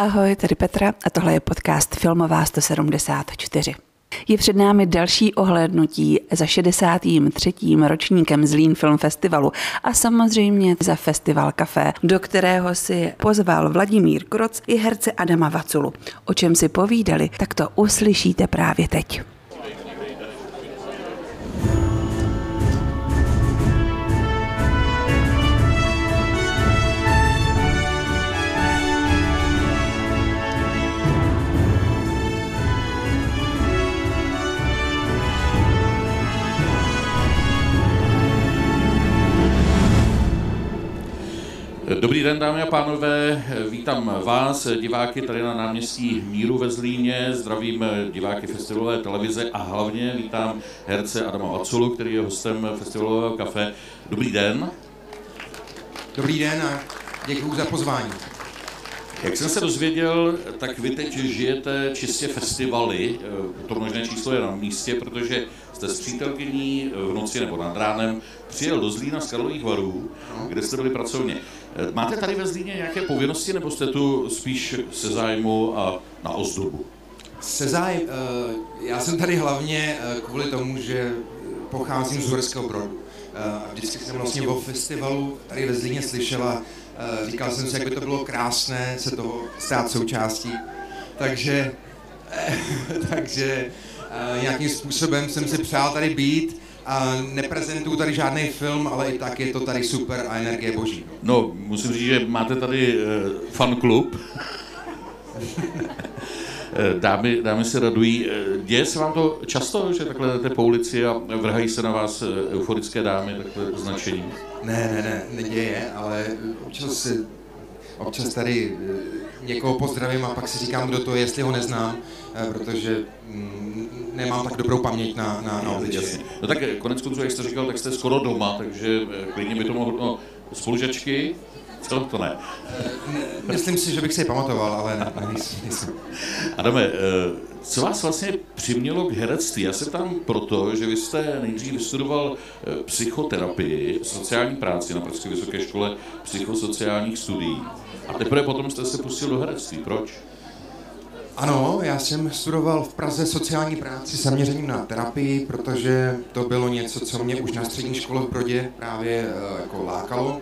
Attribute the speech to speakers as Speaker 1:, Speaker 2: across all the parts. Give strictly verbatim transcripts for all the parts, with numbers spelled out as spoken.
Speaker 1: Ahoj, tady Petra a tohle je podcast Filmová sto sedmdesát čtyři. Je před námi další ohlédnutí za šedesátým třetím ročníkem Zlín Film Festivalu a samozřejmě za festival Café, do kterého si pozval Vladimír Kroc i herce Adama Vaculu. O čem si povídali, tak to uslyšíte právě teď.
Speaker 2: Dobrý den, dámy a pánové, vítám vás, diváky tady na náměstí Míru ve Zlíně, zdravím diváky festivalové televize a hlavně vítám herce Adama Vaculu, který je hostem festivalového Café. Dobrý den.
Speaker 3: Dobrý den a děkuju za pozvání.
Speaker 2: Jak jsem se dozvěděl, tak vy teď žijete čistě festivaly, to možné číslo je na místě, protože jste s přítelkyní v noci nebo nad ránem přijel do Zlína z Karlových Varů, kde jste byli pracovně. Máte tady ve Zlíně nějaké povinnosti, nebo jste tu spíš se zájmu a na ozdobu?
Speaker 3: Se zájem, já jsem tady hlavně kvůli tomu, že pocházím z Uherského Brodu. Vždycky jsem vlastně o festivalu tady ve Zlíně slyšela, říkal jsem si, jak by to bylo krásné se toho stát součástí. Takže, takže nějakým způsobem jsem si přál tady být. A neprezentuju tady žádný film, ale i tak je to tady super a energie boží.
Speaker 2: No, musím říct, že máte tady uh, fanklub. dámy, dámy se radují. Děje se vám to často, že takhle jdete po ulici a vrhají se na vás euforické dámy, takhle značení?
Speaker 3: Ne, ne, ne, neděje, ale občas, občas tady někoho pozdravím a pak si říkám, kdo to je, jestli ho neznám, protože nemám tak dobrou paměť na, na, na obličeje.
Speaker 2: No tak konec konců, jak jste říkal, tak jste skoro doma, takže klidně by to mohlo... No, spolužačky? Co to ne?
Speaker 3: Myslím si, že bych si je pamatoval, ale ne, ne, nejsem.
Speaker 2: Adame, co vás vlastně přimělo k herectví? Já se ptám proto, že vy jste nejdřív vystudoval psychoterapii, sociální práci na Pražské vysoké škole psychosociálních studií. A teprve potom jste se pustil do herectví. Proč?
Speaker 3: Ano, já jsem studoval v Praze sociální práci s zaměřením na terapii, protože to bylo něco, co mě už na střední škole v Brodě právě uh, jako lákalo.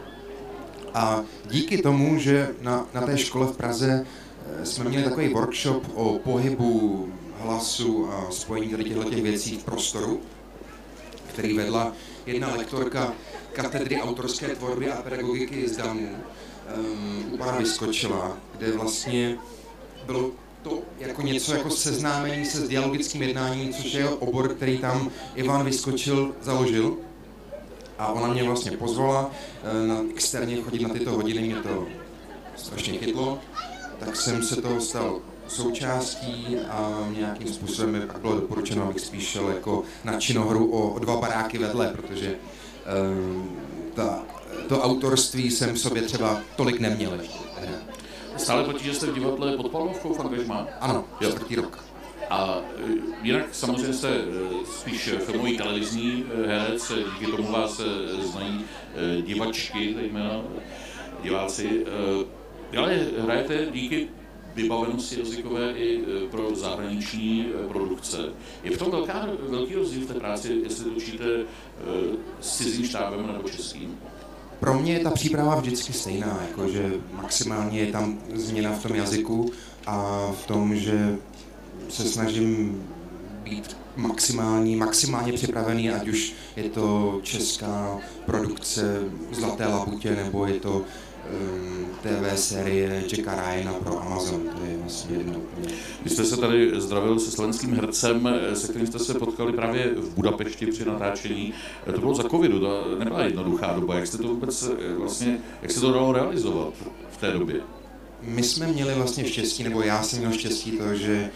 Speaker 3: A díky tomu, že na, na té škole v Praze uh, jsme měli takový workshop o pohybu hlasu a spojení tady těchto těch věcí v prostoru, který vedla jedna lektorka katedry autorské tvorby a pedagogiky z Damu, um, u pana Vyskočila, kde vlastně bylo to jako něco jako seznámení se s dialogickým jednáním, což je obor, který tam Ivan Vyskočil založil. A ona mě vlastně pozvala na externě chodit na tyto hodiny, mě to strašně chytlo, tak jsem se toho stal součástí a nějakým způsobem mi pak bylo doporučeno, abych spíš šel jako na činohru o dva baráky vedle, protože um, ta, to autorství jsem v sobě třeba tolik neměl ještě.
Speaker 2: Stále platí, že jste v divadle pod Palmovkou v angažmá?
Speaker 3: Ano, čtvrtý rok.
Speaker 2: A jinak samozřejmě jste spíš filmový televizní herec, díky tomu vás znají divačky, zejména diváci. Ale hrajete díky vybavenosti jazykové i pro zahraniční produkce. Je v tom velká, velký rozdíl v té práci, jestli to učíte s cizím štábem nebo českým?
Speaker 3: Pro mě je ta příprava vždycky stejná, jakože maximálně je tam změna v tom jazyku a v tom, že se snažím být maximální, maximálně připravený, ať už je to česká produkce Zlaté labutě, nebo je to um, T V série Jacka Ryana pro Amazon, to je vlastně jedno.
Speaker 2: Vy jste se tady zdravil se slovenským hercem, se kterým jste se potkali právě v Budapešti při natáčení. To bylo za covidu, to nebyla jednoduchá doba. Jak jste to vůbec vlastně, jak se to dalo realizovat v té době?
Speaker 3: My jsme měli vlastně štěstí, nebo já jsem měl štěstí to, že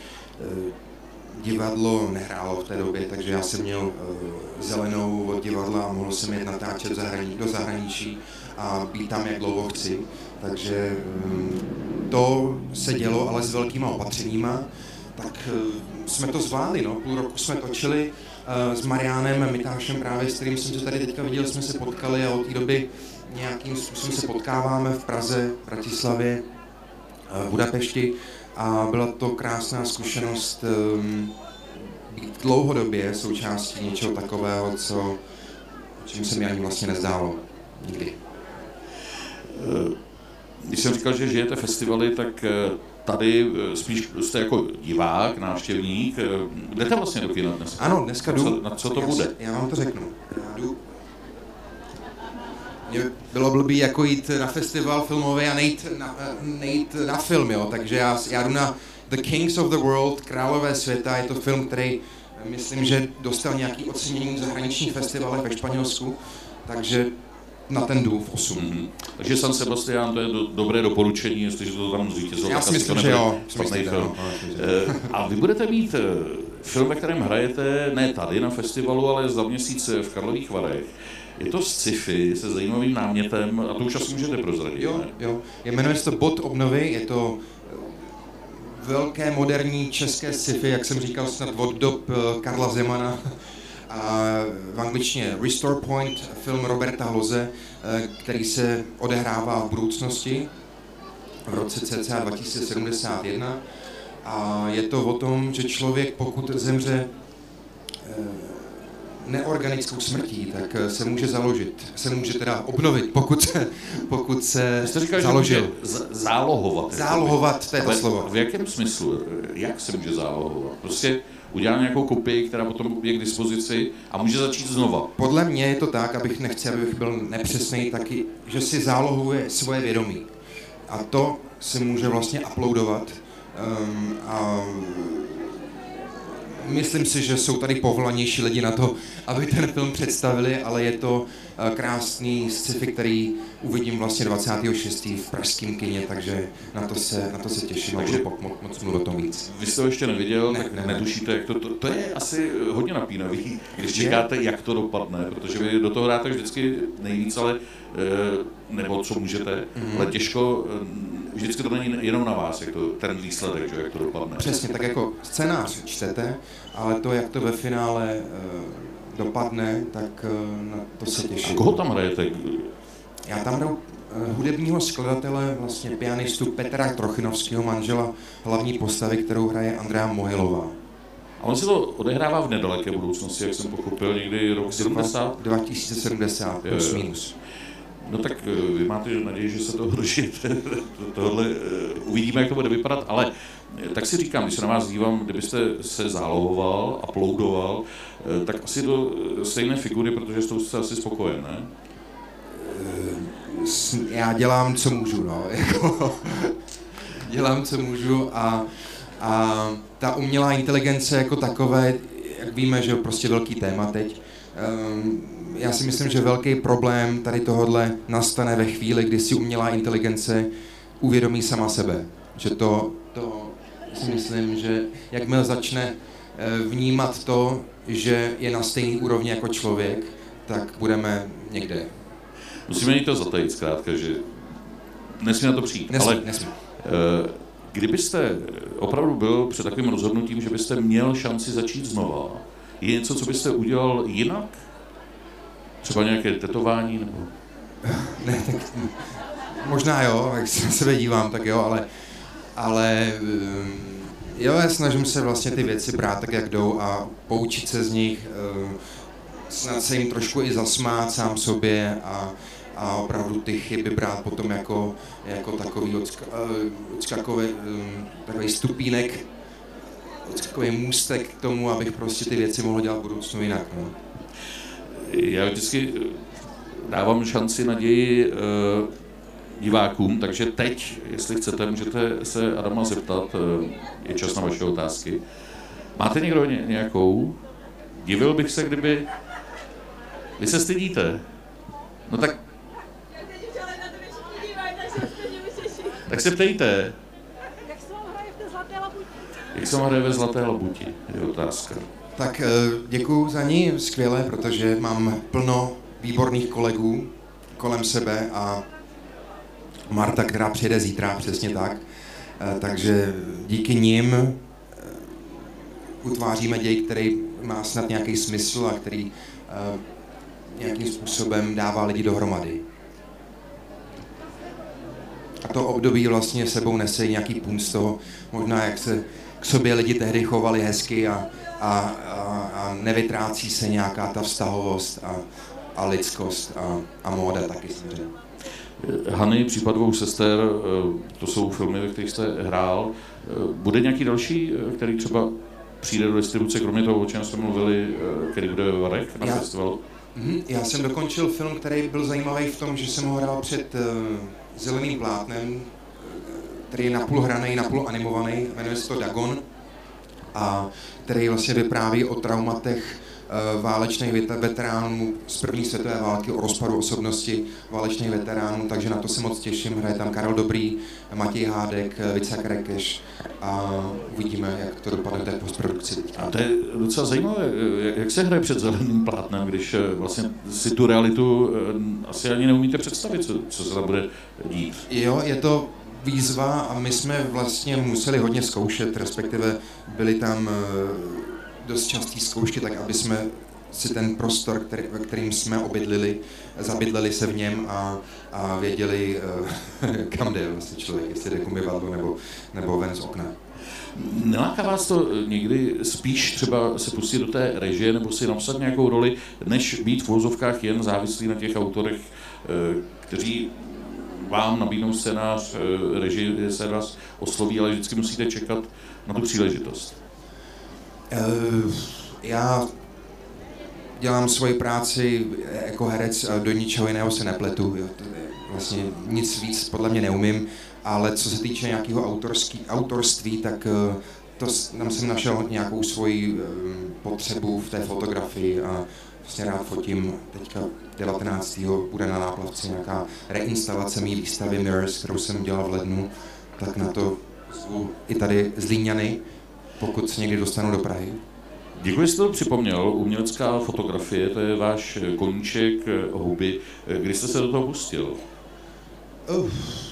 Speaker 3: divadlo nehrálo v té době, takže já jsem měl zelenou od divadla a mohl jsem jet natáčet do zahraničí a být tam, jak dlouho chci. Takže to se dělo, ale s velkýma opatřeníma. Tak jsme to zvládli, no. Půl roku jsme točili s Mariánem Mitášem právě, s kterým jsem se tady teďka viděl, jsme se potkali a od té doby nějakým způsobem se potkáváme v Praze, v Bratislavě. v Budapešti a byla to krásná zkušenost být dlouhodobě součástí něčeho takového, co, čím se mi ani vlastně nezdálo nikdy.
Speaker 2: Když jsem říkal, že žijete festivaly, tak tady spíš jste jako divák, návštěvník. Jdete vlastně do kina dneska?
Speaker 3: Ano, dneska jdu.
Speaker 2: Na co to bude?
Speaker 3: Já vám to řeknu. Já jdu. Mě bylo blbý jako jít na festival filmový a nejít na, nejít na film, jo. Takže já, já jdu na The Kings of the World, Králové světa. Je to film, který myslím, že dostal nějaký ocenění v zahraničních festivalech ve Španělsku. Takže na ten jdu v osm. Mm-hmm.
Speaker 2: Takže San Sebastián, to je do, dobré doporučení, jestliže to tam zvítězilo.
Speaker 3: Já si myslím, že jo.
Speaker 2: Špatný film. No, a vy budete mít film, ve kterém hrajete ne tady na festivalu, ale za měsíc v Karlových Varech. Je to sci-fi se zajímavým námětem a to už asi můžete prozradit.
Speaker 3: Jo,
Speaker 2: ne?
Speaker 3: jo. Jmenuje se to Bod obnovy, je to velké moderní české sci-fi, jak jsem říkal, snad od dob Karla Zemana. A v angličtině Restore Point, film Roberta Hloze, který se odehrává v budoucnosti v roce cca dva tisíce sedmdesát jedna. A je to o tom, že člověk, pokud zemře neorganickou smrtí, tak se může založit, se může teda obnovit, pokud se, pokud se
Speaker 2: Jste říkal,
Speaker 3: založil.
Speaker 2: Že může zálohovat.
Speaker 3: Zálohovat, to je to slovo.
Speaker 2: V jakém smyslu? Jak se může zálohovat? Prostě udělá nějakou kopii, která potom je k dispozici a může začít znova.
Speaker 3: Podle mě je to tak, abych nechci, abych byl nepřesnej, taky, že si zálohuje svoje vědomí. A to se může vlastně uploadovat. Um, a myslím si, že jsou tady povolanější lidi na to, aby ten film představili, ale je to krásný sci-fi, který uvidím vlastně dvacátého šestého v pražském kině, takže na to se, na to se těším, takže moc, moc mluv o tom víc.
Speaker 2: Vy jste ho ještě neviděl,
Speaker 3: ne,
Speaker 2: tak
Speaker 3: ne,
Speaker 2: netušíte, jak to, to, to je asi hodně napínavý, když čekáte, jak to dopadne, protože vy do toho hráte vždycky nejvíc, ale nebo co můžete, mm. ale těžko, vždycky to není jenom na vás, jak to, ten výsledek, že, jak to dopadne.
Speaker 3: Přesně, tak jako scénář čtete, ale to, jak to ve finále uh, dopadne, tak uh, na to se těším.
Speaker 2: A koho tam hrajete?
Speaker 3: Já tam hraju uh, hudebního skladatele, vlastně pianistu Petra Trochinovského, manžela hlavní postavy, kterou hraje Andrea Mohylová.
Speaker 2: A on se to odehrává v nedaleké budoucnosti, jak jsem pochopil, někdy rok sedmdesát?
Speaker 3: dva tisíce sedmdesát, plus minus.
Speaker 2: No tak vy máte naději, že se to dožijete, tohle uvidíme, jak to bude vypadat, ale tak si říkám, když se na vás dívám, kdybyste se zálohoval, uploadoval, tak asi do stejné figury, protože s tou jste asi spokojen, ne?
Speaker 3: Já dělám, co můžu, no, jako, dělám, co můžu a, a ta umělá inteligence jako takové, jak víme, že je prostě velký téma teď, um, já si myslím, že velký problém tady tohodle nastane ve chvíli, kdy si umělá inteligence uvědomí sama sebe. Že to, to si myslím, že jakmile začne vnímat to, že je na stejný úrovni jako člověk, tak budeme někde.
Speaker 2: Musíme jít to zatajit zkrátka, že nesmí na to přijít.
Speaker 3: Nesmí,
Speaker 2: ale
Speaker 3: nesmí.
Speaker 2: Kdybyste opravdu byl před takovým rozhodnutím, že byste měl šanci začít znova, je něco, co byste udělal jinak? Třeba nějaké tetování nebo...
Speaker 3: Ne, tak možná jo, jak se na sebe dívám, tak jo, ale, ale jo, já snažím se vlastně ty věci brát tak, jak jdou a poučit se z nich, snad se jim trošku i zasmát sám sobě a, a opravdu ty chyby brát potom jako, jako takový odska, odskakový, takový stupínek, odskakový můstek k tomu, abych prostě ty věci mohl dělat v budoucnu jinak. No.
Speaker 2: Já vždycky dávám šanci, naději uh, divákům, takže teď, jestli chcete, můžete se Adama zeptat, uh, je čas na vaše otázky. Máte někdo ně, nějakou? Divil bych se, kdyby... Vy se stydíte? No tak... Tak se ptejte.
Speaker 4: Jak se vám hraje v té zlaté labuti?
Speaker 2: Jak se vám hraje ve zlaté labuti, je otázka.
Speaker 3: Tak děkuju za ní, skvěle, protože mám plno výborných kolegů kolem sebe a Marta, která přijede zítra, přesně tak. Takže díky nim utváříme děj, který má snad nějaký smysl a který nějakým způsobem dává lidi dohromady. A to období vlastně sebou nese nějaký půn z toho, možná jak se k sobě lidi tehdy chovali hezky a, a, a, a nevytrácí se nějaká ta vztahovost a, a lidskost a, a móda taky samozřejmě.
Speaker 2: Hany, Případ dvou sester, to jsou filmy, ve kterých jste hrál. Bude nějaký další, který třeba přijde do distribuce, kromě toho, o čem jsme mluvili, který bude ve Varech na
Speaker 3: já,
Speaker 2: festivalu?
Speaker 3: Já jsem dokončil film, který byl zajímavý v tom, že jsem ho hrál před uh, zeleným plátnem, který je napůl hraný, napůl animovaný, jmenuje se to Dagon, a který vlastně vypráví o traumatech uh, válečných veteránů z první světové války, o rozpadu osobnosti válečných veteránů, takže na to se moc těším. Hraje tam Karel Dobrý, Matěj Hádek, Vica Kerekeš a uvidíme, jak to dopadne v té postprodukci.
Speaker 2: A to je docela zajímavé, jak se hraje před zeleným plátnem, když vlastně si tu realitu asi ani neumíte představit, co, co se tam bude dít.
Speaker 3: Jo, je to výzva a my jsme vlastně museli hodně zkoušet, respektive byly tam dost časté zkoušky, tak aby jsme si ten prostor, který, ve kterým jsme obydlili, zabydleli se v něm a, a věděli, kam jde vlastně člověk, jestli jde k umyvadlu nebo, nebo ven z okna.
Speaker 2: Neláká vás to někdy spíš třeba se pustit do té režie nebo si napsat nějakou roli, než být v uvozovkách jen závislý na těch autorech, kteří vám nabídnou scénář, režii se vás osloví, ale vždycky musíte čekat na tu příležitost?
Speaker 3: Uh, já dělám svoji práci jako herec a do ničeho jiného se nepletu. Jo. Vlastně nic víc podle mě neumím, ale co se týče nějakého autorský, autorství, tak to, tam jsem našel nějakou svoji um, potřebu v té fotografii a vlastně rád fotím. Teďka devatenáctého bude na Náplavce nějaká reinstalace mý výstavy Mirrors, kterou jsem dělal v lednu, tak na to zvu i tady z Líňany, pokud se někdy dostanu do Prahy.
Speaker 2: Děkuji, že jste to připomněl. Umělecká fotografie, to je váš koníček, hobby. Kdy jste se do toho pustil?
Speaker 3: Uh,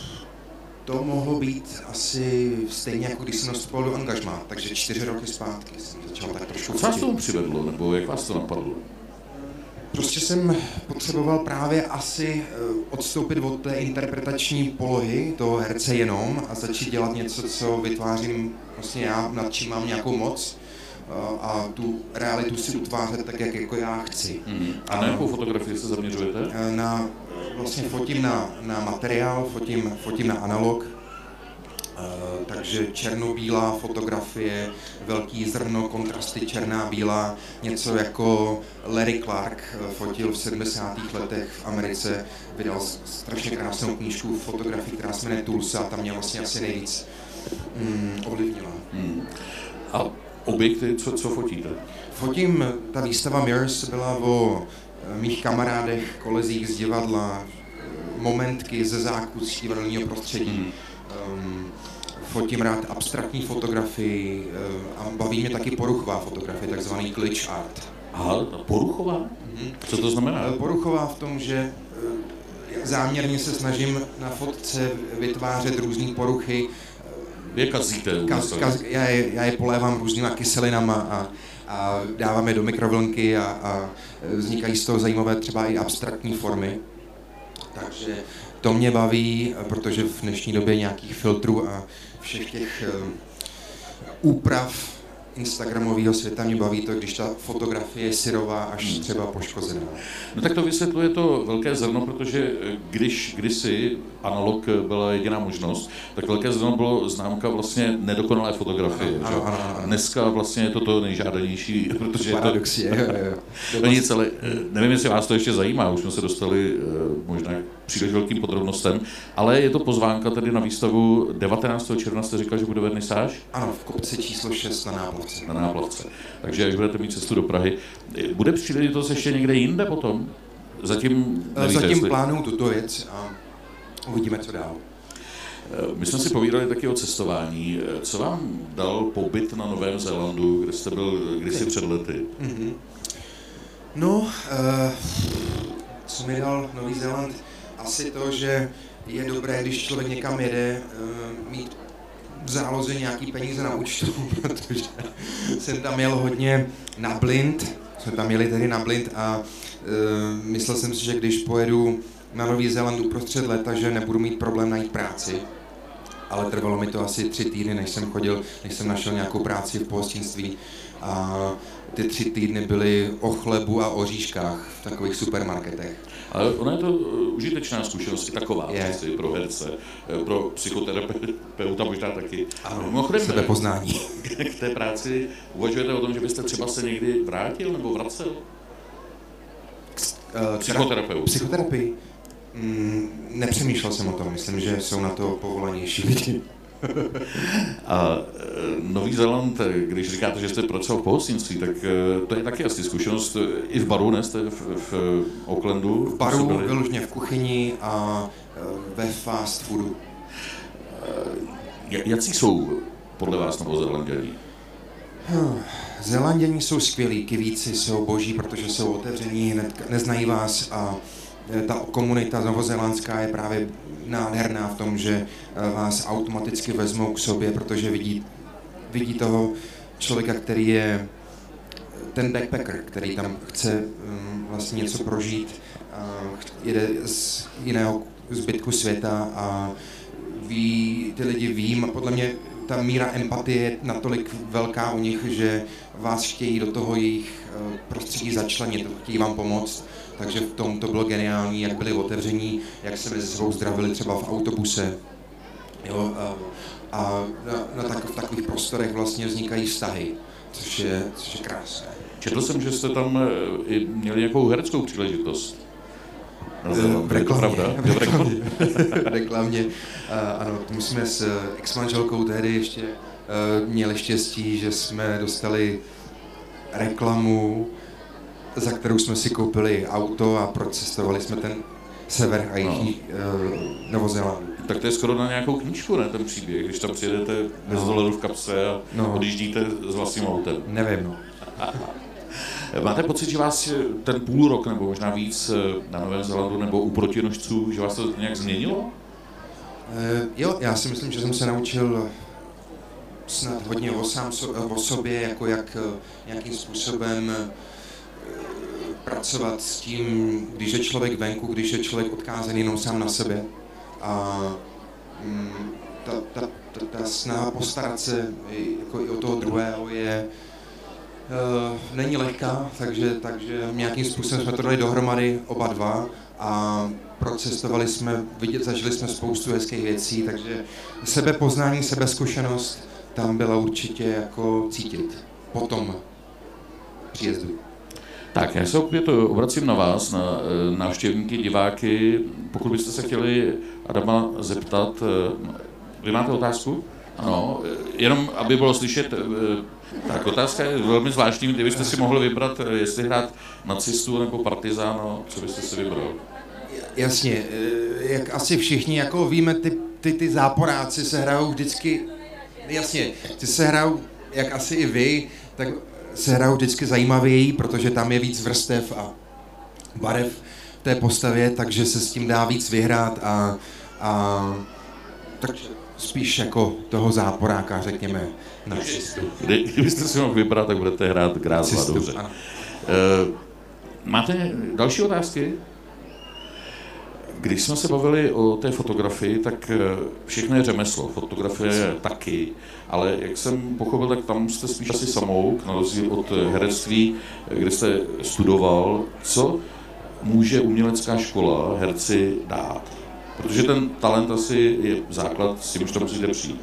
Speaker 3: to mohlo být asi stejně, jako když jsem nastupoval do angažmá, takže čtyři roky zpátky jsem začal tak trošku.
Speaker 2: Co vás tomu přivedlo, nebo jak vás to napadlo?
Speaker 3: Prostě jsem potřeboval právě asi odstoupit od té interpretační polohy toho herce jenom a začít dělat něco, co vytvářím vlastně já, nad čím mám nějakou moc a tu realitu si utvářet tak, jak jako já chci.
Speaker 2: Mm-hmm. A na jakou fotografii se zaměřujete?
Speaker 3: Na, vlastně fotím na, na materiál, fotím, fotím na analog, Uh, takže černobílá fotografie, velký zrno, kontrasty černá, bílá, něco jako Larry Clark fotil v sedmdesátých letech v Americe, vydal strašně krásnou knížku fotografii, která se jmenuje Tulsa, a tam mě vlastně asi nejvíc mm, ovlivnila. Hmm.
Speaker 2: A objekty, co, co fotíte?
Speaker 3: Fotím, ta výstava Mirrors byla o mých kamarádech, kolezích z divadla, momentky ze zákusí divadelního prostředí. Hmm. Um, fotím rád abstraktní fotografii uh, a baví mě taky poruchová fotografie, takzvaný glitch art.
Speaker 2: Aha, poruchová? Mm-hmm. Co to znamená?
Speaker 3: Uh, poruchová v tom, že uh, záměrně se snažím na fotce vytvářet různé poruchy.
Speaker 2: Vy je kazíte?
Speaker 3: Kaz, kaz, já, je, já je polévám různýma kyselinama a, a dávám je do mikrovlnky a, a vznikají z toho zajímavé třeba i abstraktní formy. Takže to mě baví, protože v dnešní době nějakých filtrů a všech těch uh, úprav instagramového světa mě baví to, když ta fotografie je syrová až třeba poškozená.
Speaker 2: No tak to vysvětluje to velké zrno, protože když kdysi analog byla jediná možnost, tak velké zrno bylo známka vlastně nedokonalé fotografie.
Speaker 3: Ano, ano, ano.
Speaker 2: Dneska vlastně je to to nejžádanější, protože
Speaker 3: paradoxie,
Speaker 2: je to... jo, jo. To nic, ale nevím, jestli vás to ještě zajímá, už jsme se dostali možná příliš velkým podrobnostem, ale je to pozvánka tady na výstavu devatenáctého června, jste říkal, že bude vernisáž?
Speaker 3: Ano, v kopci číslo šest na Náplavce.
Speaker 2: Na Náplavce. Takže až budete mít cestu do Prahy. Bude příležitost ještě někde jinde potom? Zatím nevíte,
Speaker 3: Zatím
Speaker 2: jestli...
Speaker 3: plánuju tuto věc a uvidíme, co dál.
Speaker 2: My jsme si povídali taky o cestování. Co vám dal pobyt na Novém Zélandu, kde jste byl kdysi před lety?
Speaker 3: Mm-hmm. No, uh, co mi dal Nový Zéland? Asi to, že je dobré, když člověk někam jede, uh, mít v záloze nějaký peníze na účtu, protože jsem tam jel hodně na blind, jsme tam jeli tedy na blind a uh, myslel jsem si, že když pojedu na Nový Zéland uprostřed léta, že nebudu mít problém najít práci. Ale trvalo mi to asi tři týdny, než jsem chodil, než jsem našel nějakou práci v pohostinství. A ty tři týdny byly o chlebu a o říškách v takových supermarketech.
Speaker 2: Ale ona je to užitečná zkušenost, i taková je. Pro herce, pro psychoterapeuta možná taky.
Speaker 3: Ano, Mimochodem, sebepoznání.
Speaker 2: K té práci uvažujete o tom, že byste třeba se někdy vrátil nebo vracel?
Speaker 3: K psychoterapeut. Psychoterapii? Mm, nepřemýšlel jsem o tom, myslím, že jsou na to povolanější lidi.
Speaker 2: A Nový Zéland, když říkáte, že jste pracoval v pohostinství, tak to je taky asi zkušenost i v baru, ne? Jste v, v Aucklandu?
Speaker 3: V baru, vyloženě v kuchyni a ve fast foodu.
Speaker 2: Jací jsou podle vás Novozélanděni?
Speaker 3: Zélanděni jsou skvělí, kivíci jsou boží, protože jsou otevření, hned neznají vás a ta komunita novozélandská je právě nádherná v tom, že vás automaticky vezmou k sobě, protože vidí, vidí toho člověka, který je ten backpacker, který tam chce um, vlastně něco prožít, uh, jede z jiného zbytku světa a ví, ty lidi vím, a podle mě ta míra empatie je natolik velká u nich, že vás chtějí do toho jejich uh, prostředí začlenit, chtějí vám pomoct. Takže v tom to bylo geniální, jak byli otevření, jak se mezi sebou zdravili třeba v autobuse. Jo, a a na, na tak, v takových prostorech vlastně vznikají vztahy, což je, což je krásné.
Speaker 2: Četl jsem, že jste tam i měli nějakou hereckou příležitost.
Speaker 3: V reklamě. V reklamě. V reklamě. Ano, my jsme s ex-manželkou tehdy ještě měli štěstí, že jsme dostali reklamu, za kterou jsme si koupili auto a procestovali jsme ten sever a jižní no. uh, Novozélandu.
Speaker 2: Tak to je skoro na nějakou knížku, ne, ten příběh, když tam přijedete bez no. dolarů v kapse a no. odjíždíte s vlastním autem.
Speaker 3: Nevím, no.
Speaker 2: Máte pocit, že vás ten půl rok nebo možná víc na Novém Zélandu nebo u protinožců, že vás to nějak změnilo? Uh,
Speaker 3: jo, já si myslím, že jsem se naučil snad hodně o, sám so, o sobě, jako jak nějakým způsobem pracovat s tím, když je člověk venku, když je člověk odkázaný jenom sám na sebe. A mm, ta, ta, ta, ta snaha postarat se i, jako i o toho druhého je, uh, není lehká, takže, takže nějakým způsobem jsme to dali dohromady oba dva a procestovali jsme, vidět, zažili jsme spoustu hezkých věcí, takže sebepoznání, sebezkušenost tam byla určitě jako cítit po tom příjezdu.
Speaker 2: Tak, já se opět obracím na vás, na návštěvníky, diváky. Pokud byste se chtěli Adama zeptat, vy máte otázku? Ano, jenom aby bylo slyšet, tak otázka je velmi zvláštní, kdybyste si mohli vybrat, jestli hrát nacistu nebo partizáno, co byste si vybral?
Speaker 3: Jasně, jak asi všichni jako víme, ty, ty, ty záporáci se hrajou vždycky, jasně, ty se hrajou, jak asi i vy, tak se hrajou vždycky zajímavěji, protože tam je víc vrstev a barev v té postavě, takže se s tím dá víc vyhrát a, a tak spíš jako toho záporáka, řekněme, nacistu.
Speaker 2: Kdy, kdybyste si mohl vybrat, tak budete hrát Grázla, dobře. Uh, máte další otázky? Když jsme se bavili o té fotografii, tak všechno je řemeslo, fotografie taky, ale jak jsem pochopil, tak tam jste spíš asi samouk, na rozdíl od herectví, kde jste studoval. Co může umělecká škola herci dát? Protože ten talent asi je základ, s tím už to musíte přijít.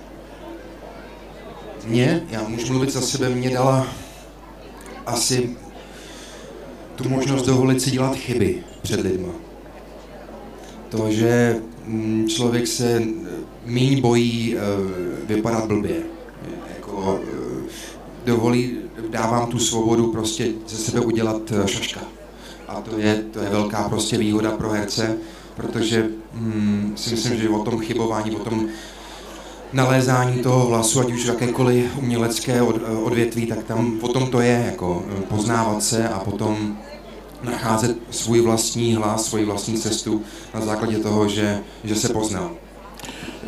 Speaker 3: Mně, já můžu mluvit za sebe, mě dala asi tu možnost dovolit si dělat chyby před lidma. To, že člověk se míň bojí vypadat blbě. Jako, dovolí, dávám tu svobodu prostě ze sebe udělat šaška. A to je, to je velká prostě výhoda pro herce, protože hm, si myslím, že o tom chybování, o tom nalézání toho hlasu, ať už jakékoliv umělecké od, odvětví, tak tam o tom to je, jako poznávat se a potom nacházet svůj vlastní hlas, svoji vlastní cestu na základě toho, že, že se poznal.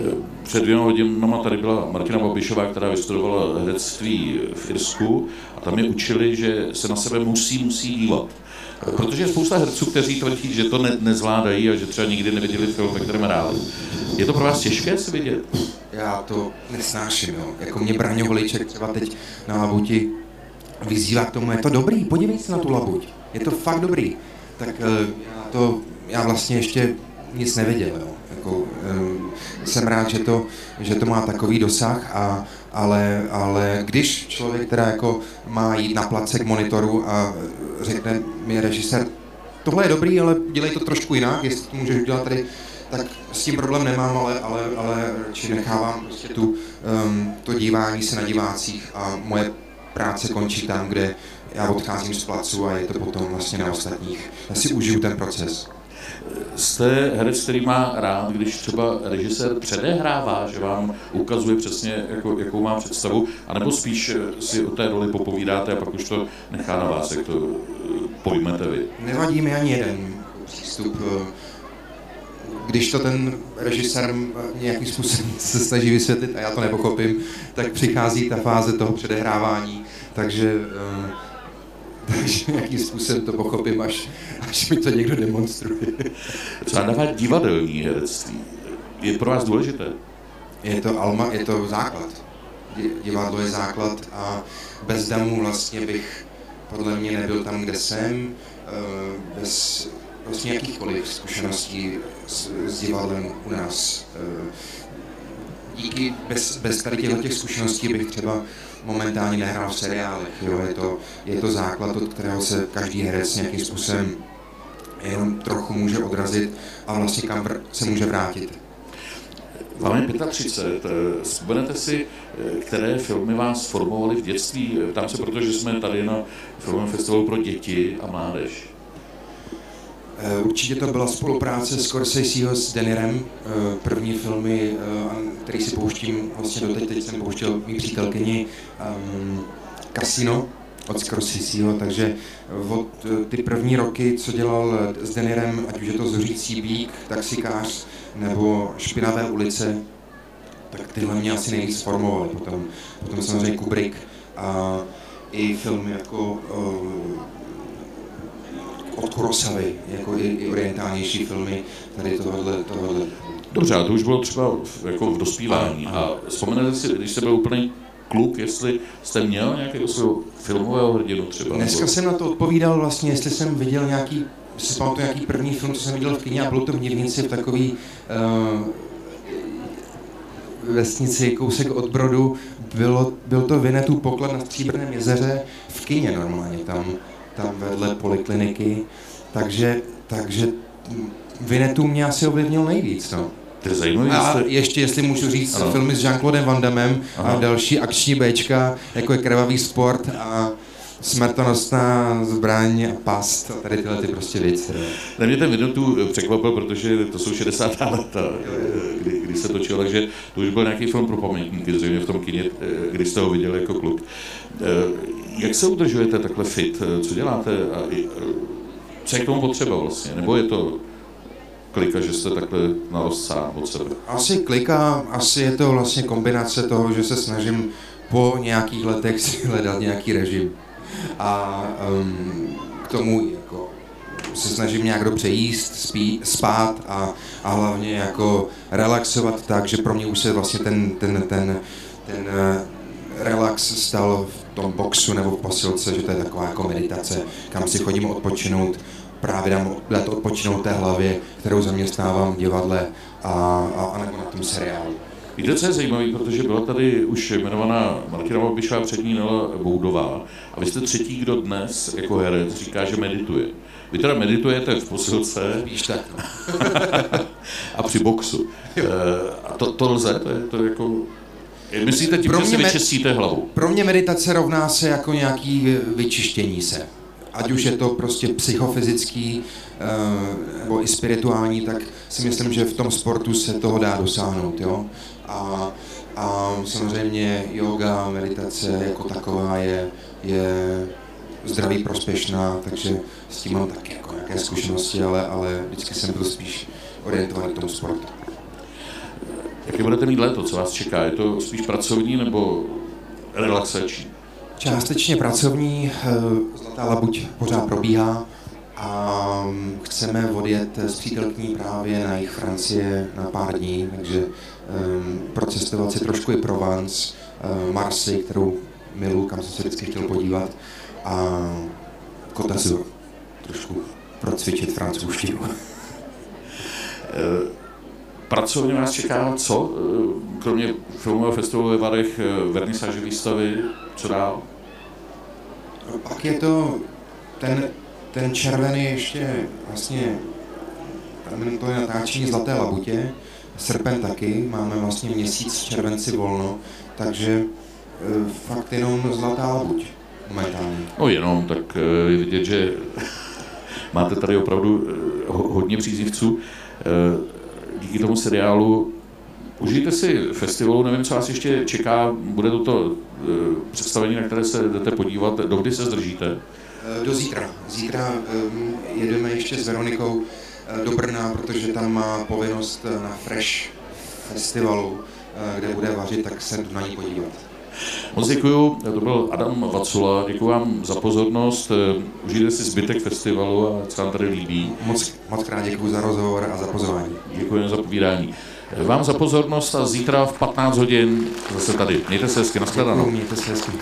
Speaker 2: před dvěma hodinama tady byla Martina Babišová, která vystudovala herectví v Irsku a tam je učili, že se na sebe musí, musí dívat. Protože je spousta herců, kteří tvrdí, že to ne, nezvládají a že třeba nikdy neviděli film, ve kterém hráli. Je to pro vás těžké se vidět?
Speaker 3: Já to nesnáším, jo. Jako mě Braňo Holíček třeba teď na Labuti vyzývá k tomu, je to dobrý, podívej se na tu Labuť, je to fakt dobrý. Tak já to, já vlastně ještě nic neviděl, jo. Jako, jsem rád, že to, že to má takový dosah, a, ale, ale když člověk teda jako má jít na place k monitoru a řekne mi režisér, tohle je dobrý, ale dělej to trošku jinak, jestli to můžeš udělat tady, tak s tím problém nemám, ale, ale, ale či nechávám prostě tu, um, to dívání se na divácích a moje práce končí tam, kde já odcházím z placu a je to potom vlastně na ostatních. Já si užiju ten proces.
Speaker 2: Jste herec, který má rád, když třeba režisér předehrává, že vám ukazuje přesně, jako, jakou má představu, anebo spíš si o té roli popovídáte a pak už to nechá na vás, jak to pojmete vy?
Speaker 3: Nevadí mi ani jeden přístup. Když to ten režisér nějakým způsobem se snaží vysvětlit a já to nepochopím, tak přichází ta fáze toho předehrávání, takže, takže nějakým způsobem to pochopím, až, až mi to někdo demonstruje.
Speaker 2: Co dává divadelní herectví? Je pro vás důležité?
Speaker 3: Je to alma, je to základ. Divadlo je základ a bez damu vlastně bych podle mě nebyl tam, kde jsem, bez vlastně jakýchkoliv zkušeností s, s divadlem u nás. Díky, bez, bez tady těchto těch zkušeností bych třeba momentálně nehrál v seriálech. Jo? Je, to, je to základ, od kterého se každý herec nějakým způsobem jenom trochu může odrazit a vlastně kam se může vrátit.
Speaker 2: Vám je třicet pět. Vzpomenete si, které filmy vás formovaly v dětství? Ptám se, protože jsme tady na filmovém festivalu pro děti a mládež.
Speaker 3: Určitě to byla spolupráce Scorseseho s Denirem, první filmy, který si pouštím vlastně doteď, teď jsem pouštěl mý přítelkyni, um, Casino od Scorseseho, takže od ty první roky, co dělal s Denirem, ať už je to Zuřící býk, Taxikář nebo Špinavé ulice, tak tyhle mě asi nejvíc formovaly. Potom, potom samozřejmě Kubrick a i filmy jako uh, od Kurosavy, jako i, i orientálnější filmy, tady tohle, tohle.
Speaker 2: Dobře, a to už bylo třeba v, jako v dospívání. A vzpomenete si, když jste byl úplný kluk, jestli jste měl nějakého svého filmového hrdinu třeba?
Speaker 3: Dneska jsem na to odpovídal vlastně, jestli jsem viděl nějaký, si pamatuju nějaký první film, co jsem viděl v kině, a bylo to v Nivnici v takový uh, vesnici, kousek od Brodu. Bylo, byl to Vinetův poklad na Stříbrném jezeře v kině normálně, tam, tam vedle polikliniky, takže, takže Vinetův mě asi ovlivnil nejvíc, no.
Speaker 2: To je zajímavý,
Speaker 3: a
Speaker 2: jste...
Speaker 3: ještě, jestli můžu říct, ano. Filmy s Jean-Claudem Van Dammem a další akční béčka, jako je Krvavý sport a Smrtonosná zbraň a past a tady tyhle ty prostě věci.
Speaker 2: Ne, mě ten Vinetův překvapil, protože to jsou šedesátá léta, kdy, kdy se točil, takže to už byl nějaký film pro pamětníky, zřejmě v tom kině, kdy jste ho viděl jako kluk. Jak se udržujete takhle fit? Co děláte? A co je k tomu potřeba vlastně? Nebo je to klika, že jste takhle narost sám od sebe?
Speaker 3: Asi klika, asi je to vlastně kombinace toho, že se snažím po nějakých letech si hledat nějaký režim. A um, k tomu jako se snažím nějak dobře jíst, spí, spát a, a hlavně jako relaxovat tak, že pro mě už se vlastně ten, ten, ten, ten uh, relax stal v tom boxu nebo v posilce, že to je taková jako meditace, kam si chodím odpočinout, právě dám dát odpočinout té hlavě, kterou zaměstnávám v divadle a, a, a nebo na tom seriálu.
Speaker 2: Víte, co je zajímavé, protože byla tady už jmenovaná Martina Babišová, před ní Nela Boudová a vy jste třetí, kdo dnes jako herec říká, že medituje. Vy teda meditujete v posilce
Speaker 3: Víš tak, no.
Speaker 2: a při boxu. A to, to lze? To je to jako... Myslíte tím, že si vyčistíte hlavu?
Speaker 3: Pro mě meditace rovná se jako nějaký vyčištění se. Ať už je to prostě psychofyzický nebo i spirituální, tak si myslím, že v tom sportu se toho dá dosáhnout, jo. A, a samozřejmě yoga, meditace jako taková je, je zdraví prospěšná, takže s tím mám taky jako nějaké zkušenosti, ale, ale vždycky jsem byl spíš orientovaný v tom sportu.
Speaker 2: Jaké budete mít léto, co vás čeká? Je to spíš pracovní nebo relaxační?
Speaker 3: Částečně pracovní, Zlatá labuť pořád probíhá a chceme odjet s přítelkyní právě na jih Francie na pár dní, takže um, procestovat si trošku i Provence, uh, Marseille, kterou miluji, kam jsem se vždycky chtěl podívat, a Côte d'Azur, trošku procvičit francouzštinu.
Speaker 2: Pracovně vás čeká co? Kromě filmového festivalu ve Varech, vernisáže výstavy, co dál?
Speaker 3: Pak je to ten, ten červený ještě vlastně, tam to je natáčení Zlaté labutě, srpen taky, máme vlastně měsíc v červenci volno, takže fakt jenom Zlatá labuť momentálně.
Speaker 2: No jenom, tak je vidět, že máte tady opravdu hodně příznivců. Díky tomu seriálu užijte si festivalu, nevím, co vás ještě čeká, bude toto představení, na které se jdete podívat, dokdy se zdržíte?
Speaker 3: Do zítra. Zítra jedeme ještě s Veronikou do Brna, protože tam má povinnost na Fresh festivalu, kde bude vařit, tak se na ní podívat.
Speaker 2: Moc děkuju, to byl Adam Vacula, děkuji vám za pozornost, užijte si zbytek festivalu a co vám tady líbí.
Speaker 3: Moc, moc krát děkuji za rozhovor a za pozvání.
Speaker 2: Děkuji za povídání. Vám za pozornost a zítra v patnáct hodin zase tady. Mějte se hezky, nashledanou.
Speaker 3: Mějte se hezky.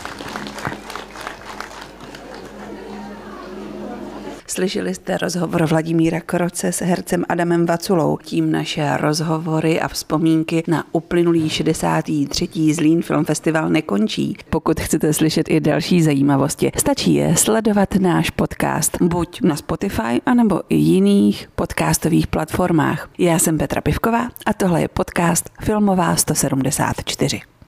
Speaker 1: Slyšeli jste rozhovor Vladimíra Kroce s hercem Adamem Vaculou. Tím naše rozhovory a vzpomínky na uplynulý šedesátý třetí Zlín Film Festival nekončí. Pokud chcete slyšet i další zajímavosti, stačí je sledovat náš podcast buď na Spotify, anebo i jiných podcastových platformách. Já jsem Petra Pivková a tohle je podcast Filmová sto sedmdesát čtyři.